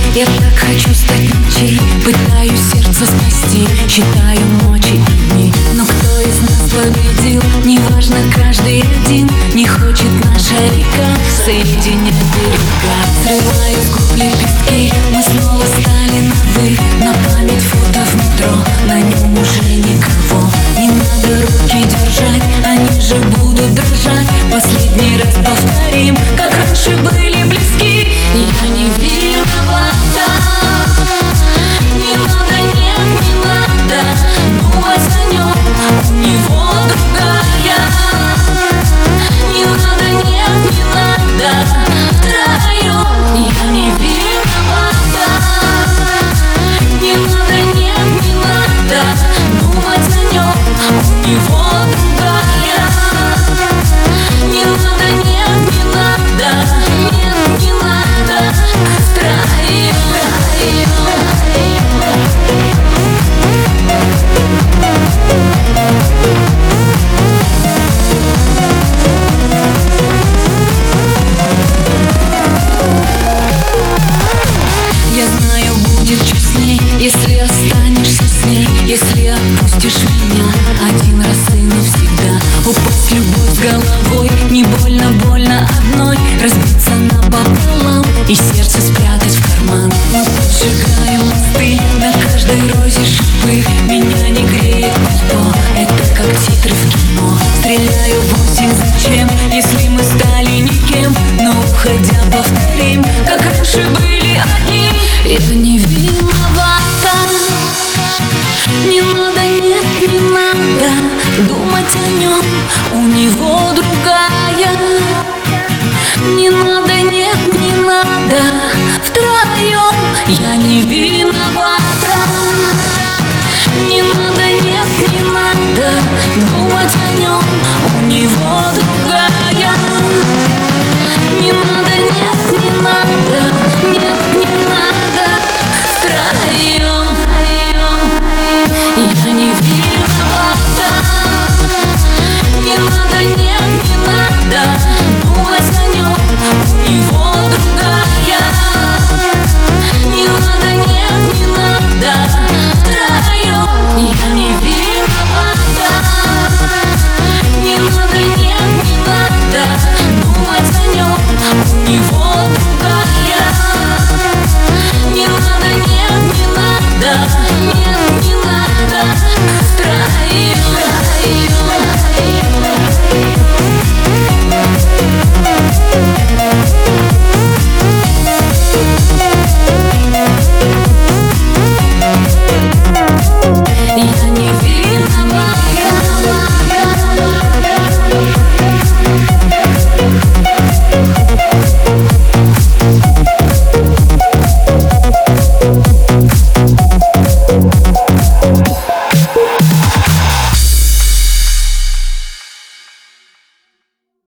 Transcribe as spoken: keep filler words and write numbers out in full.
Я так хочу стать ничей, пытаюсь сердце спасти, считаю ночи и дни. Но кто из нас победил? Неважно, каждый один. Не хочет наша река соединять берега. Срываю с губ лепестки, мы снова стали на «вы». На память фото в метро, на нем уже никого. Не надо руки держать, они же будут дрожать. Последний раз повторим, как раньше были близки. Я не виновата, не надо, нет, не надо думать о нем, у него другая. Не надо, нет, не надо втроем. Я не виновата, не надо, нет, не надо думать о нем, у него другая. Не надо, нет, не надо, нет, не надо втроем. Я знаю, будет честней, если останешься с ней, если отпустишь меня один раз и навсегда. Упасть любовь с головой, не больно, больно одной, разбиться напополам и сердце спрятать в карман. Мы поджигаем мосты, на каждой розе шипы. Меня не греет пальто, это как титры в кино. Стреляю в осень, зачем, если мы стали никем? Но уходя повторим, как раньше были одни. Я не виновата, не надо, нет, не надо думать о нем, у него другая. Не надо, нет, не надо втроем. Я не виновата, не надо, нет, не надо думать о нем, у него другая.